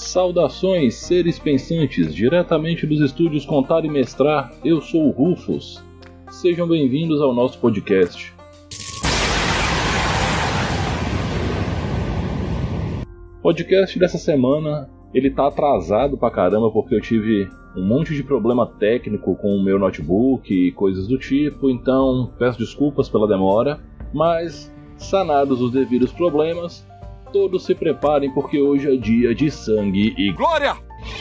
Saudações, seres pensantes, diretamente dos estúdios Contar e Mestrar, eu sou o Rufus. Sejam bem-vindos ao nosso podcast. O podcast dessa semana, ele tá atrasado pra caramba porque eu tive um monte de problema técnico com o meu notebook e coisas do tipo, então peço desculpas pela demora, mas sanados os devidos problemas, todos se preparem porque hoje é dia de Sangue e Glória!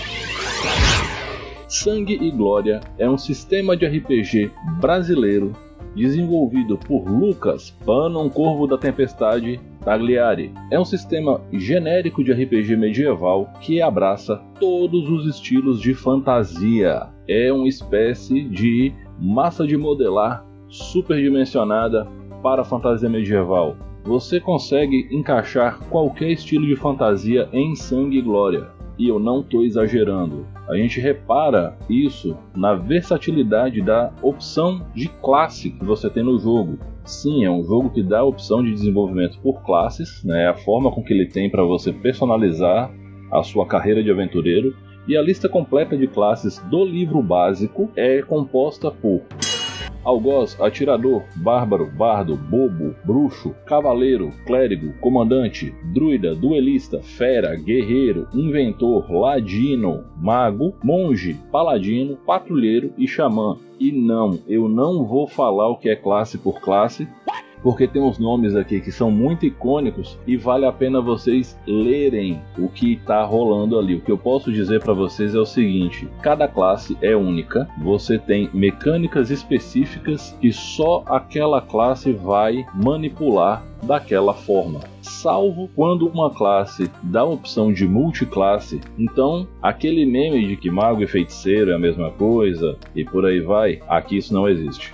Sangue e Glória é um sistema de RPG brasileiro desenvolvido por Lucas Panon Corvo da Tempestade Tagliari. É um sistema genérico de RPG medieval que abraça todos os estilos de fantasia. É uma espécie de massa de modelar superdimensionada para a fantasia medieval. Você consegue encaixar qualquer estilo de fantasia em Sangue e Glória. E eu não estou exagerando. A gente repara isso na versatilidade da opção de classe que você tem no jogo. Sim, é um jogo que dá a opção de desenvolvimento por classes, né? A forma com que ele tem para você personalizar a sua carreira de aventureiro. E a lista completa de classes do livro básico é composta por algoz, atirador, bárbaro, bardo, bobo, bruxo, cavaleiro, clérigo, comandante, druida, duelista, fera, guerreiro, inventor, ladino, mago, monge, paladino, patrulheiro e xamã. E não, eu não vou falar o que é classe por classe, porque tem uns nomes aqui que são muito icônicos e vale a pena vocês lerem o que está rolando ali. O que eu posso dizer para vocês é o seguinte: cada classe é única, você tem mecânicas específicas que só aquela classe vai manipular daquela forma, salvo quando uma classe dá a opção de multiclasse. Então, aquele meme de que mago e feiticeiro é a mesma coisa e por aí vai, aqui isso não existe.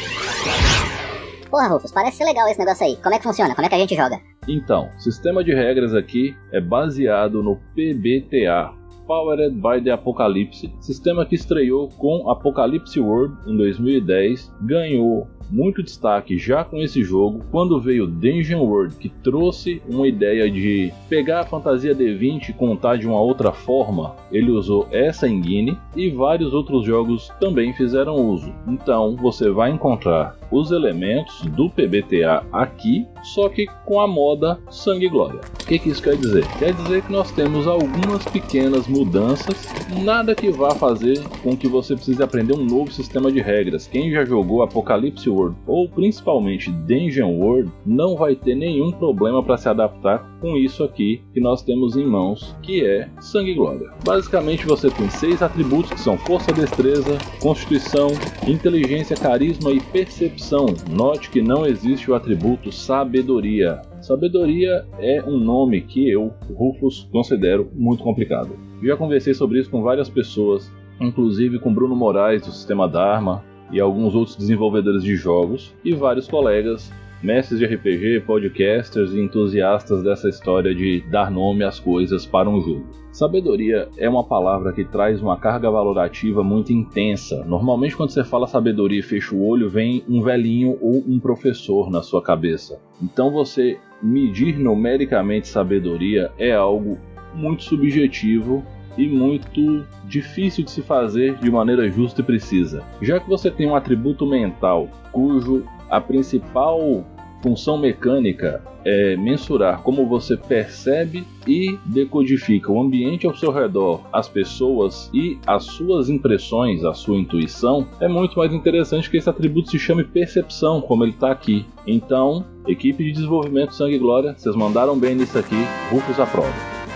Porra, Rufus, parece ser legal esse negócio aí. Como é que funciona? Como é que a gente joga? Então, o sistema de regras aqui é baseado no PBTA, Powered by the Apocalypse, sistema que estreou com Apocalypse World em 2010, ganhou muito destaque já com esse jogo, quando veio Dungeon World, que trouxe uma ideia de pegar a fantasia D20 e contar de uma outra forma. Ele usou essa engine e vários outros jogos também fizeram uso. Então você vai encontrar os elementos do PBTA aqui, só que com a moda Sangue e Glória. O que isso quer dizer? Quer dizer que nós temos algumas pequenas mudanças, nada que vá fazer com que você precise aprender um novo sistema de regras. Quem já jogou Apocalypse World ou principalmente Dungeon World não vai ter nenhum problema para se adaptar com isso aqui que nós temos em mãos, que é Sangue e Glória. Basicamente você tem 6 atributos que são Força, Destreza, Constituição, Inteligência, Carisma e Percepção. Note que não existe o atributo Sabedoria. Sabedoria é um nome que eu, Rufus, considero muito complicado. Já conversei sobre isso com várias pessoas, inclusive com Bruno Moraes do Sistema Dharma e alguns outros desenvolvedores de jogos e vários colegas, mestres de RPG, podcasters e entusiastas dessa história de dar nome às coisas para um jogo. Sabedoria é uma palavra que traz uma carga valorativa muito intensa. Normalmente quando você fala sabedoria e fecha o olho, vem um velhinho ou um professor na sua cabeça. Então você medir numericamente sabedoria é algo muito subjetivo e muito difícil de se fazer de maneira justa e precisa. Já que você tem um atributo mental cujo a principal função mecânica é mensurar como você percebe e decodifica o ambiente ao seu redor, as pessoas e as suas impressões, a sua intuição, é muito mais interessante que esse atributo se chame percepção, como ele está aqui. Então, equipe de desenvolvimento Sangue e Glória, vocês mandaram bem nisso aqui, Rufus aprova.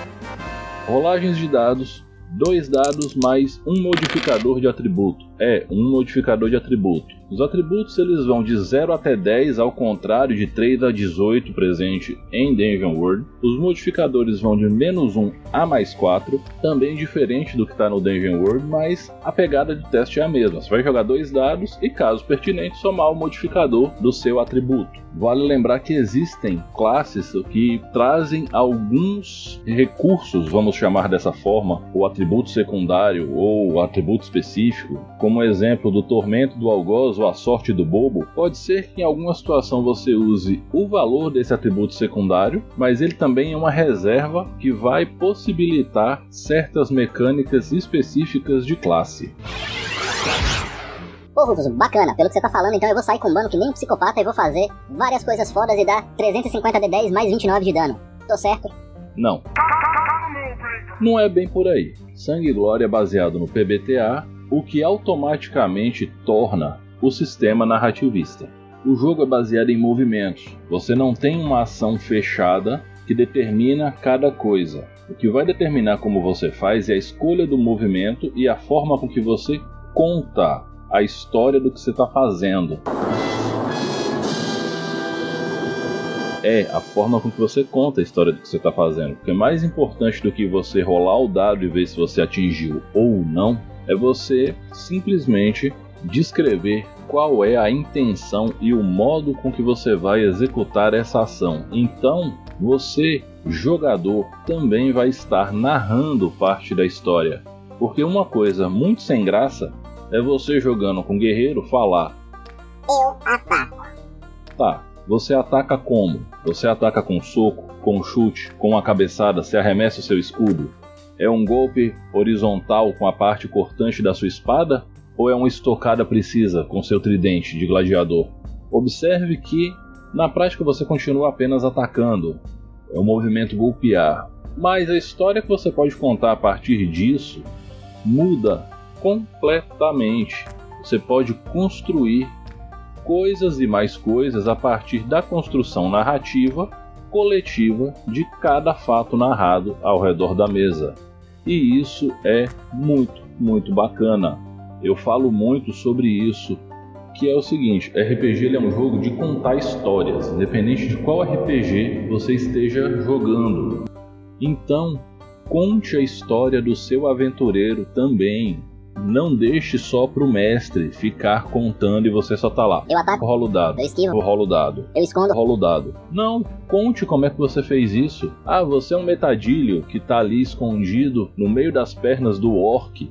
Rolagens de dados, 2 dados mais um modificador de atributo. Um modificador de atributo. Os atributos eles vão de 0 até 10, ao contrário de 3 a 18 presente em Dungeon World. Os modificadores vão de -1 a +4, também diferente do que está no Dungeon World, mas a pegada de teste é a mesma. Você vai jogar 2 dados e, caso pertinente, somar o modificador do seu atributo. Vale lembrar que existem classes que trazem alguns recursos, vamos chamar dessa forma, o atributo secundário ou o atributo específico, como como exemplo do tormento do algoz ou a sorte do bobo, pode ser que em alguma situação você use o valor desse atributo secundário, mas ele também é uma reserva que vai possibilitar certas mecânicas específicas de classe. Pô, Rufus, bacana. Pelo que você tá falando, então eu vou sair combando que nem um psicopata e vou fazer várias coisas fodas e dar 350 de 10 mais 29 de dano. Tô certo? Não. Não é bem por aí. Sangue e Glória é baseado no PBTA, o que automaticamente torna o sistema narrativista. O jogo é baseado em movimentos. Você não tem uma ação fechada que determina cada coisa. O que vai determinar como você faz é a escolha do movimento e a forma com que você conta a história do que você está fazendo. É a forma com que você conta a história do que você está fazendo. Porque mais importante do que você rolar o dado e ver se você atingiu ou não, é você simplesmente descrever qual é a intenção e o modo com que você vai executar essa ação. Então, você, jogador, também vai estar narrando parte da história. Porque uma coisa muito sem graça é você jogando com o guerreiro falar: eu ataco. Tá, você ataca como? Você ataca com soco, com chute, com uma cabeçada, você arremessa o seu escudo? É um golpe horizontal com a parte cortante da sua espada? Ou é uma estocada precisa com seu tridente de gladiador? Observe que na prática você continua apenas atacando. É um movimento golpear. Mas a história que você pode contar a partir disso muda completamente. Você pode construir coisas e mais coisas a partir da construção narrativa coletiva de cada fato narrado ao redor da mesa. E isso é muito bacana. Eu falo muito sobre isso, que é o seguinte: RPG ele é um jogo de contar histórias, independente de qual RPG você esteja jogando. Então, conte a história do seu aventureiro também. Não deixe só pro mestre ficar contando e você só tá lá. Eu ataco. Rolo o dado. Eu esquivo. Rolo o dado. Eu escondo. Rolo o dado. Não, conte como é que você fez isso. Ah, você é um metadilho que tá ali escondido no meio das pernas do orc.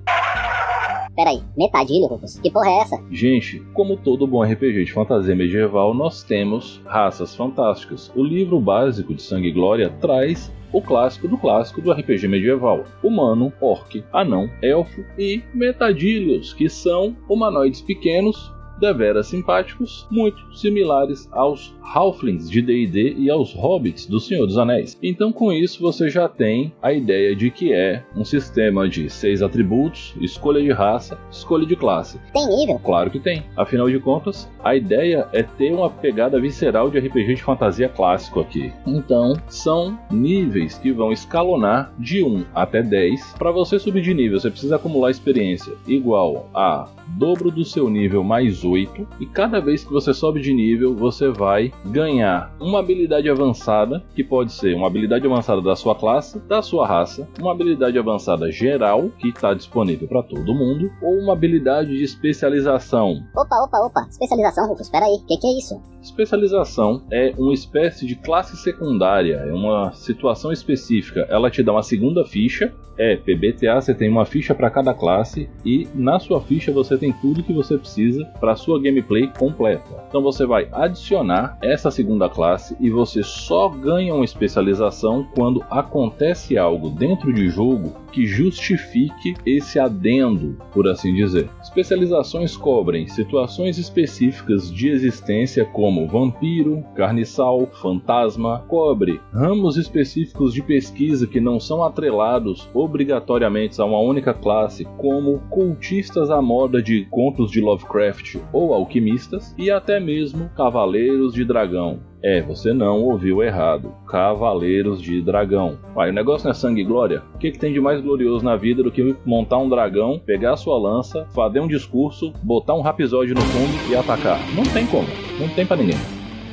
Peraí, metadilho, Rufus? Que porra é essa? Gente, como todo bom RPG de fantasia medieval, nós temos raças fantásticas. O livro básico de Sangue e Glória traz o clássico do RPG medieval: humano, orc, anão, elfo e metadilhos, que são humanoides pequenos, deveras simpáticos, muito similares aos halflings de D&D e aos hobbits do Senhor dos Anéis. Então, com isso, você já tem a ideia de que é um sistema de 6 atributos, escolha de raça, escolha de classe. Tem nível? Claro que tem. Afinal de contas, a ideia é ter uma pegada visceral de RPG de fantasia clássico aqui. Então, são níveis que vão escalonar de 1 até 10. Para você subir de nível, você precisa acumular experiência igual a dobro do seu nível mais 8, e cada vez que você sobe de nível, você vai ganhar uma habilidade avançada, que pode ser uma habilidade avançada da sua classe, da sua raça, uma habilidade avançada geral, que está disponível para todo mundo, ou uma habilidade de especialização. Opa, especialização, Rufus, peraí, que é isso? Especialização é uma espécie de classe secundária, é uma situação específica. Ela te dá uma segunda ficha, PBTA, você tem uma ficha para cada classe, e na sua ficha você tem tudo que você precisa para a sua gameplay completa. Então você vai adicionar essa segunda classe e você só ganha uma especialização quando acontece algo dentro de jogo que justifique esse adendo, por assim dizer. Especializações cobrem situações específicas de existência como vampiro, carniçal, fantasma, cobre ramos específicos de pesquisa que não são atrelados obrigatoriamente a uma única classe, como cultistas à moda de contos de Lovecraft ou alquimistas, e até mesmo cavaleiros de dragão. Você não ouviu errado. Cavaleiros de dragão. O negócio não é sangue e glória? O que tem de mais glorioso na vida do que montar um dragão, pegar a sua lança, fazer um discurso, botar um rapisóide no fundo e atacar? Não tem como. Não tem pra ninguém.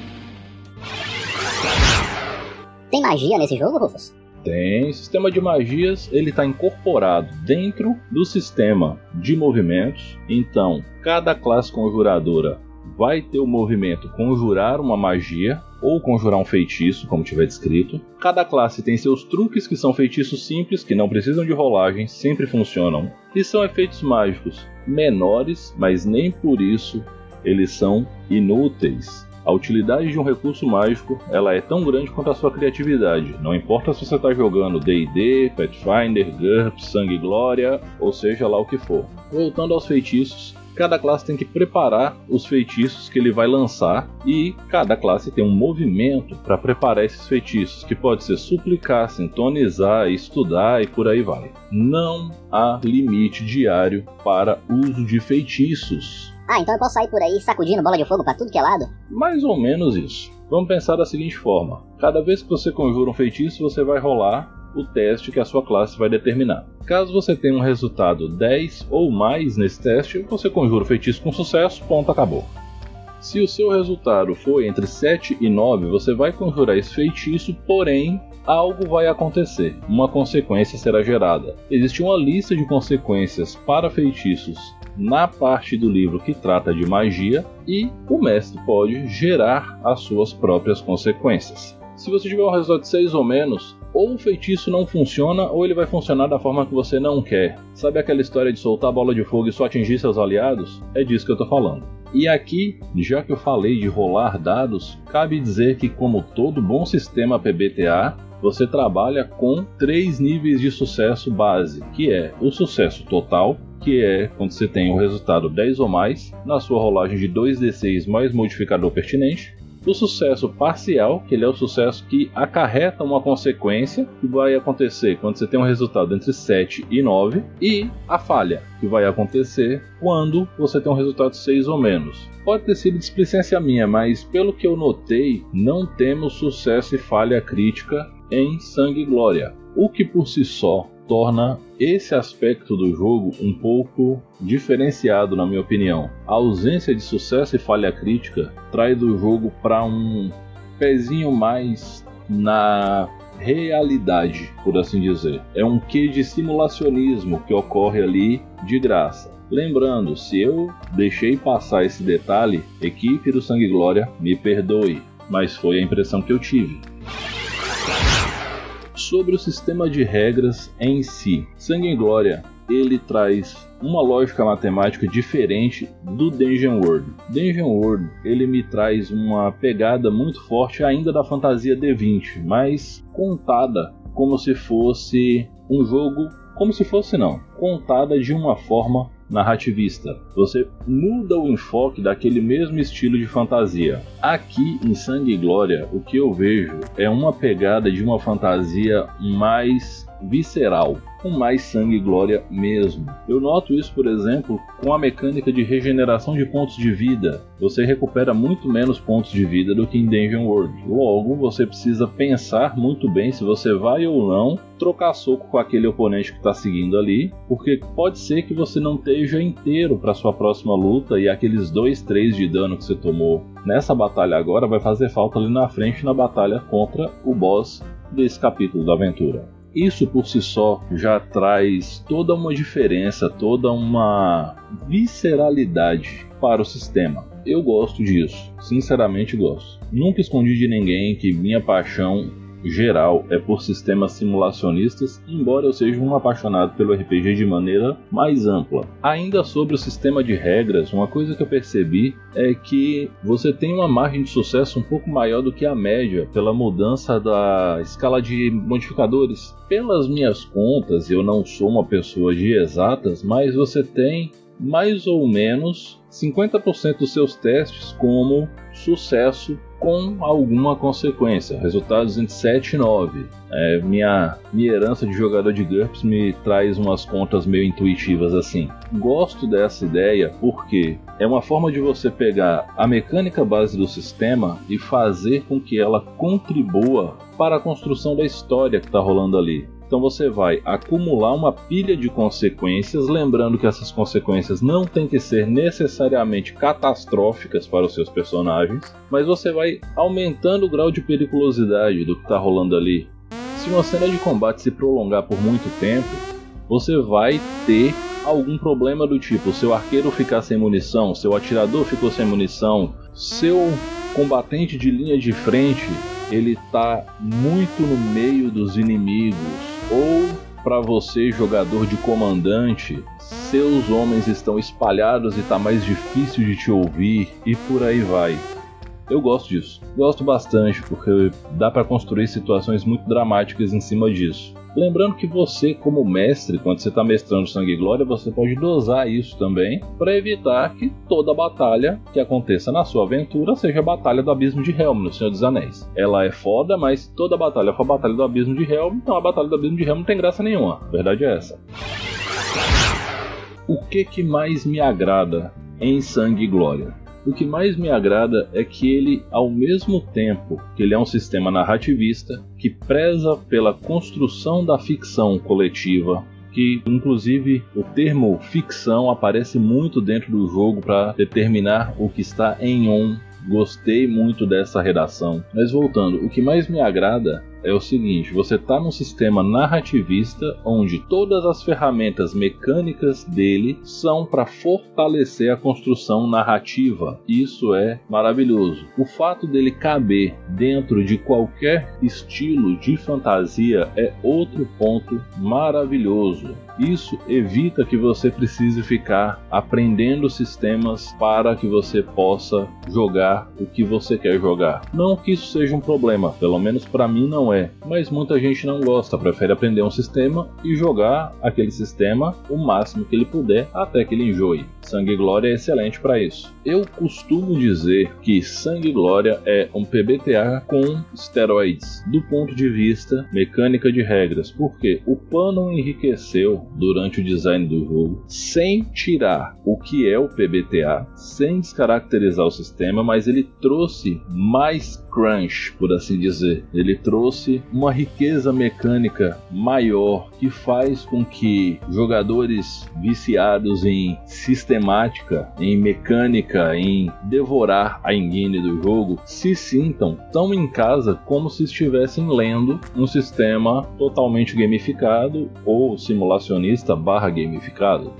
Tem magia nesse jogo, Rufus? Tem. O sistema de magias, ele está incorporado dentro do sistema de movimentos. Então, cada classe conjuradora vai ter o movimento conjurar uma magia ou conjurar um feitiço, como tiver descrito. Cada classe tem seus truques, que são feitiços simples, que não precisam de rolagem, sempre funcionam. E são efeitos mágicos menores, mas nem por isso eles são inúteis. A utilidade de um recurso mágico ela é tão grande quanto a sua criatividade. Não importa se você está jogando D&D, Pathfinder, GURPS, Sangue e Glória, ou seja lá o que for. Voltando aos feitiços, cada classe tem que preparar os feitiços que ele vai lançar e cada classe tem um movimento para preparar esses feitiços, que pode ser suplicar, sintonizar, estudar e por aí vai. Não há limite diário para uso de feitiços. Ah, então eu posso sair por aí sacudindo bola de fogo pra tudo que é lado? Mais ou menos isso. Vamos pensar da seguinte forma. Cada vez que você conjura um feitiço, você vai rolar o teste que a sua classe vai determinar. Caso você tenha um resultado 10 ou mais nesse teste, você conjura o feitiço com sucesso, ponto, acabou. Se o seu resultado for entre 7 e 9, você vai conjurar esse feitiço, porém algo vai acontecer, uma consequência será gerada. Existe uma lista de consequências para feitiços na parte do livro que trata de magia e o mestre pode gerar as suas próprias consequências. Se você tiver um resultado de 6 ou menos, ou o feitiço não funciona ou ele vai funcionar da forma que você não quer. Sabe aquela história de soltar a bola de fogo e só atingir seus aliados? É disso que eu tô falando. E aqui, já que eu falei de rolar dados, cabe dizer que, como todo bom sistema PBTA, você trabalha com 3 níveis de sucesso base, que é o sucesso total, que é quando você tem o resultado 10 ou mais, na sua rolagem de 2d6 mais modificador pertinente. O sucesso parcial, que ele é o sucesso que acarreta uma consequência, que vai acontecer quando você tem um resultado entre 7 e 9. E a falha, que vai acontecer quando você tem um resultado 6 ou menos. Pode ter sido displicência minha, mas pelo que eu notei, não temos sucesso e falha crítica em Sangue e Glória, o que por si só torna esse aspecto do jogo um pouco diferenciado, na minha opinião. A ausência de sucesso e falha crítica traz o jogo para um pezinho mais na realidade, por assim dizer. É um quê de simulacionismo que ocorre ali de graça. Lembrando, se eu deixei passar esse detalhe, equipe do Sangue e Glória, me perdoe, mas foi a impressão que eu tive. Sobre o sistema de regras em si, Sangue e Glória, ele traz uma lógica matemática diferente do Dungeon World. Dungeon World, ele me traz uma pegada muito forte ainda da fantasia D20, mas contada como se fosse um jogo, contada de uma forma narrativista. Você muda o enfoque daquele mesmo estilo de fantasia. Aqui em Sangue e Glória, o que eu vejo é uma pegada de uma fantasia mais visceral, com mais sangue e glória mesmo. Eu noto isso, por exemplo, com a mecânica de regeneração de pontos de vida. Você recupera muito menos pontos de vida do que em Dungeon World. Logo, você precisa pensar muito bem se você vai ou não trocar soco com aquele oponente que está seguindo ali, porque pode ser que você não esteja inteiro para sua próxima luta e aqueles 2-3 de dano que você tomou nessa batalha agora vai fazer falta ali na frente na batalha contra o boss desse capítulo da aventura. Isso por si só já traz toda uma diferença, toda uma visceralidade para o sistema. Eu gosto disso, sinceramente gosto. Nunca escondi de ninguém que minha paixão geral é por sistemas simulacionistas, embora eu seja um apaixonado pelo RPG de maneira mais ampla. Ainda sobre o sistema de regras, uma coisa que eu percebi é que você tem uma margem de sucesso um pouco maior do que a média pela mudança da escala de modificadores. Pelas minhas contas, eu não sou uma pessoa de exatas, mas você tem mais ou menos 50% dos seus testes como sucesso com alguma consequência, resultados entre 7 e 9. Minha herança de jogador de GURPS me traz umas contas meio intuitivas assim. Gosto dessa ideia porque é uma forma de você pegar a mecânica base do sistema e fazer com que ela contribua para a construção da história que está rolando ali. Então você vai acumular uma pilha de consequências, lembrando que essas consequências não têm que ser necessariamente catastróficas para os seus personagens, mas você vai aumentando o grau de periculosidade do que está rolando ali. Se uma cena de combate se prolongar por muito tempo, você vai ter algum problema do tipo, seu arqueiro ficar sem munição, seu atirador ficou sem munição, seu combatente de linha de frente, ele tá muito no meio dos inimigos, ou para você, jogador de comandante, seus homens estão espalhados e tá mais difícil de te ouvir, e por aí vai. Eu gosto disso, gosto bastante, porque dá para construir situações muito dramáticas em cima disso. Lembrando que você, como mestre, quando você está mestrando Sangue e Glória, você pode dosar isso também para evitar que toda batalha que aconteça na sua aventura seja a Batalha do Abismo de Helm, no Senhor dos Anéis. Ela é foda, mas toda batalha for a Batalha do Abismo de Helm, então a Batalha do Abismo de Helm não tem graça nenhuma. A verdade é essa. O que mais me agrada em Sangue e Glória? O que mais me agrada é que ele, ao mesmo tempo que ele é um sistema narrativista, que preza pela construção da ficção coletiva, que inclusive o termo ficção aparece muito dentro do jogo para determinar o que está em on. Gostei muito dessa redação. Mas voltando, o que mais me agrada é o seguinte: você está num sistema narrativista onde todas as ferramentas mecânicas dele são para fortalecer a construção narrativa. Isso é maravilhoso. O fato dele caber dentro de qualquer estilo de fantasia é outro ponto maravilhoso. Isso evita que você precise ficar aprendendo sistemas para que você possa jogar o que você quer jogar. Não que isso seja um problema, pelo menos para mim não é, mas muita gente não gosta, prefere aprender um sistema e jogar aquele sistema o máximo que ele puder até que ele enjoe. Sangue e Glória é excelente para isso. Eu costumo dizer que Sangue e Glória é um PBTA com esteroides, do ponto de vista mecânica de regras, porque o Panon enriqueceu durante o design do jogo, sem tirar o que é o PBTA, sem descaracterizar o sistema, mas ele trouxe mais crunch, por assim dizer. Ele trouxe uma riqueza mecânica maior, que faz com que jogadores viciados em sistemática, em mecânica, em devorar a engine do jogo, se sintam tão em casa como se estivessem lendo um sistema totalmente gamificado ou simulacionista / gamificado.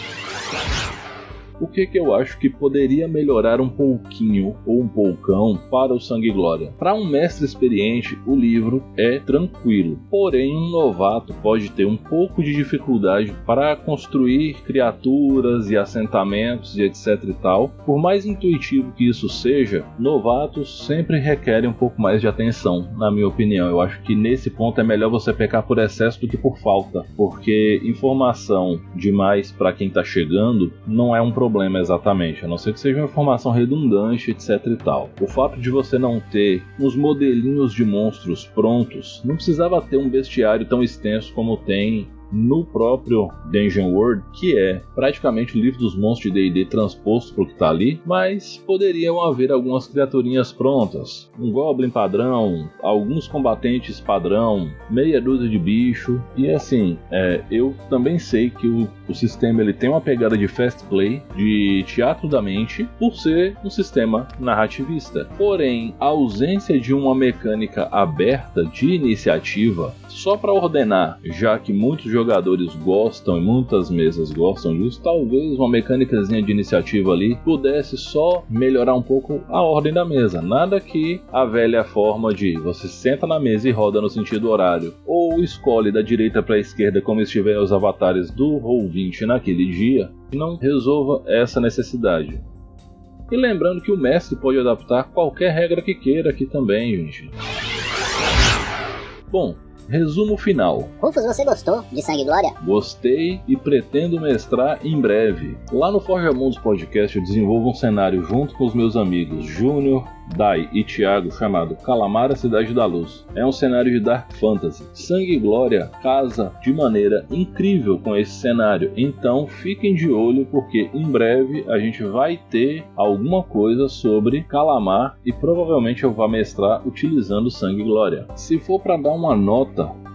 O que eu acho que poderia melhorar um pouquinho ou um poucão para o Sangue e Glória? Para um mestre experiente, o livro é tranquilo, porém um novato pode ter um pouco de dificuldade para construir criaturas e assentamentos e etc e tal. Por mais intuitivo que isso seja, novatos sempre requerem um pouco mais de atenção, na minha opinião. Eu acho que nesse ponto é melhor você pecar por excesso do que por falta, porque informação demais para quem está chegando não é um problema exatamente, a não ser que seja uma informação redundante, etc e tal. O fato de você não ter uns modelinhos de monstros prontos, não precisava ter um bestiário tão extenso como tem no próprio Dungeon World, que é praticamente o livro dos monstros de D&D transposto para o que está ali, mas poderiam haver algumas criaturinhas prontas, um goblin padrão, alguns combatentes padrão, meia dúzia de bicho, e assim, eu também sei que o sistema ele tem uma pegada de fast play, de teatro da mente, por ser um sistema narrativista. Porém, a ausência de uma mecânica aberta de iniciativa, só para ordenar, já que muitos jogadores gostam e muitas mesas gostam disso, talvez uma mecânicazinha de iniciativa ali pudesse só melhorar um pouco a ordem da mesa. Nada que a velha forma de você senta na mesa e roda no sentido horário, ou escolhe da direita para a esquerda como estiverem os avatares do Roll20 naquele dia, não resolva essa necessidade. E lembrando que o mestre pode adaptar qualquer regra que queira aqui também, gente. Bom, resumo final. Rufus, você gostou de Sangue e Glória? Gostei e pretendo mestrar em breve. Lá no Forja Mundos Podcast eu desenvolvo um cenário junto com os meus amigos Júnior, Dai e Thiago chamado Calamar, a Cidade da Luz. É um cenário de Dark Fantasy. Sangue e Glória casa de maneira incrível com esse cenário, então fiquem de olho porque em breve a gente vai ter alguma coisa sobre Calamar e provavelmente eu vou mestrar utilizando Sangue e Glória. Se for para dar uma nota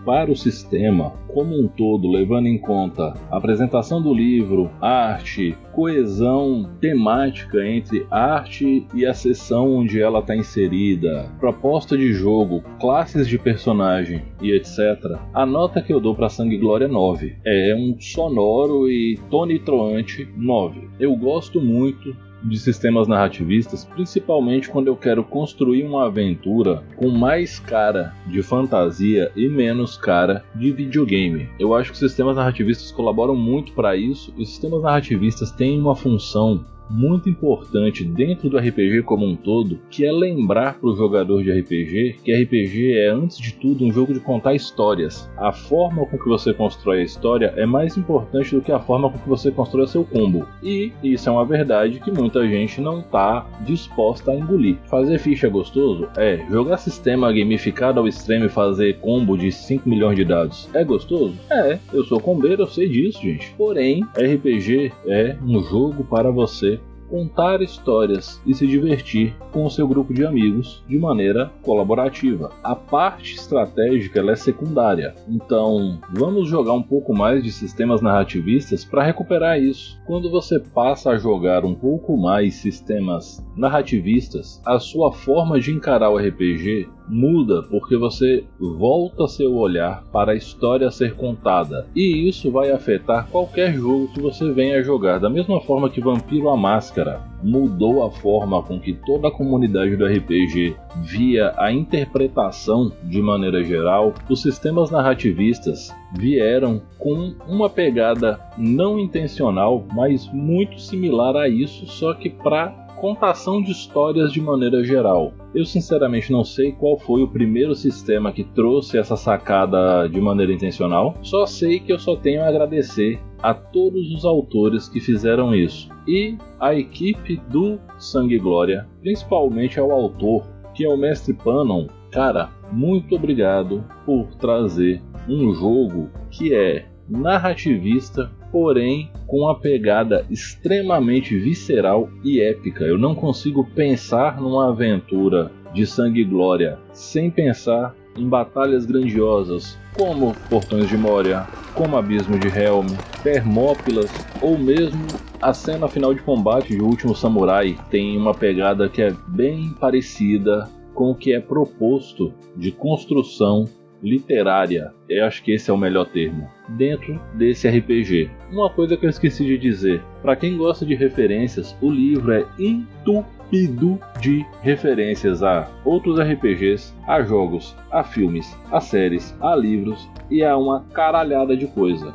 para o sistema como um todo, levando em conta a apresentação do livro, arte, coesão temática entre a arte e a seção onde ela está inserida, proposta de jogo, classes de personagem e etc., a nota que eu dou para Sangue e Glória é 9. É um sonoro e tonitruante 9. Eu gosto muito de sistemas narrativistas, principalmente quando eu quero construir uma aventura com mais cara de fantasia e menos cara de videogame. Eu acho que sistemas narrativistas colaboram muito para isso, e sistemas narrativistas têm uma função muito importante dentro do RPG como um todo, que é lembrar para o jogador de RPG que RPG é, antes de tudo, um jogo de contar histórias. A forma com que você constrói a história é mais importante do que a forma com que você constrói o seu combo. E isso é uma verdade que muita gente não está disposta a engolir. Fazer ficha é gostoso? É. Jogar sistema gamificado ao extremo e fazer combo de 5 milhões de dados é gostoso? É. Eu sou combeiro, eu sei disso, gente. Porém, RPG é um jogo para você contar histórias e se divertir com o seu grupo de amigos de maneira colaborativa. A parte estratégica ela é secundária, então vamos jogar um pouco mais de sistemas narrativistas para recuperar isso. Quando você passa a jogar um pouco mais sistemas narrativistas, a sua forma de encarar o RPG muda, porque você volta seu olhar para a história a ser contada, e isso vai afetar qualquer jogo que você venha a jogar. Da mesma forma que Vampiro à Máscara mudou a forma com que toda a comunidade do RPG via a interpretação de maneira geral, os sistemas narrativistas vieram com uma pegada não intencional, mas muito similar a isso, só que para contação de histórias de maneira geral. Eu sinceramente não sei qual foi o primeiro sistema que trouxe essa sacada de maneira intencional, só sei que eu só tenho a agradecer a todos os autores que fizeram isso, e a equipe do Sangue e Glória, principalmente ao autor, que é o Mestre Panon. Cara, muito obrigado por trazer um jogo que é narrativista, porém com uma pegada extremamente visceral e épica. Eu não consigo pensar numa aventura de Sangue e Glória sem pensar em batalhas grandiosas como Portões de Moria, como Abismo de Helm, Termópilas, ou mesmo a cena final de combate de Último Samurai. Tem uma pegada que é bem parecida com o que é proposto de construção literária. Eu acho que esse é o melhor termo dentro desse RPG. Uma coisa que eu esqueci de dizer: para quem gosta de referências, o livro é entupido de referências a outros RPGs, a jogos, a filmes, a séries, a livros e a uma caralhada de coisa.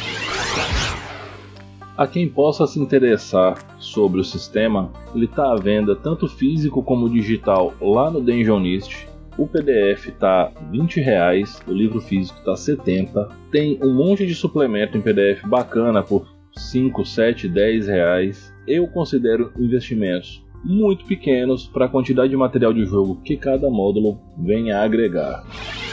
A quem possa se interessar sobre o sistema, ele está à venda tanto físico como digital lá no Dungeonist. O PDF está R$20, o livro físico está R$70. Tem um monte de suplemento em PDF bacana por R$5, R$7, R$10. Eu considero investimentos muito pequenos para a quantidade de material de jogo que cada módulo vem a agregar.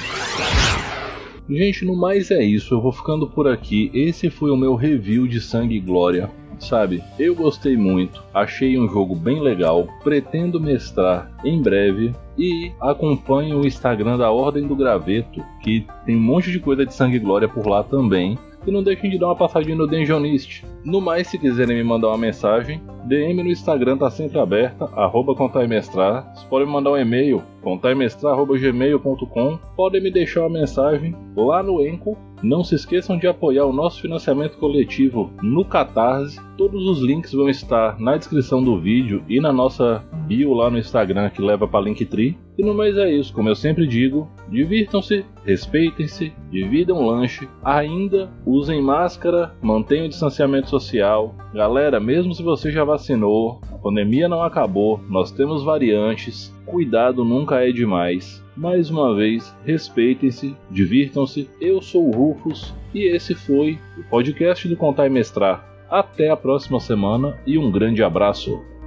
Gente, no mais é isso, eu vou ficando por aqui. Esse foi o meu review de Sangue e Glória. Sabe, eu gostei muito, achei um jogo bem legal, pretendo mestrar em breve, e acompanhe o Instagram da Ordem do Graveto, que tem um monte de coisa de Sangue e Glória por lá também. E não deixem de dar uma passadinha no Dungeonist. No mais, se quiserem me mandar uma mensagem, DM no Instagram tá sempre aberta, @contaimestrar. Vocês podem me mandar um e-mail, contaimestrar@gmail.com. Podem me deixar uma mensagem lá no Anchor. Não se esqueçam de apoiar o nosso financiamento coletivo no Catarse. Todos os links vão estar na descrição do vídeo e na nossa bio lá no Instagram, que leva para Linktree. E no mais é isso, como eu sempre digo, divirtam-se, respeitem-se, dividam lanche, ainda usem máscara, mantenham o distanciamento social. Galera, mesmo se você já vacinou, a pandemia não acabou, nós temos variantes, cuidado nunca é demais. Mais uma vez, respeitem-se, divirtam-se. Eu sou o Rufus e esse foi o podcast do Contar e Mestrar. Até a próxima semana e um grande abraço.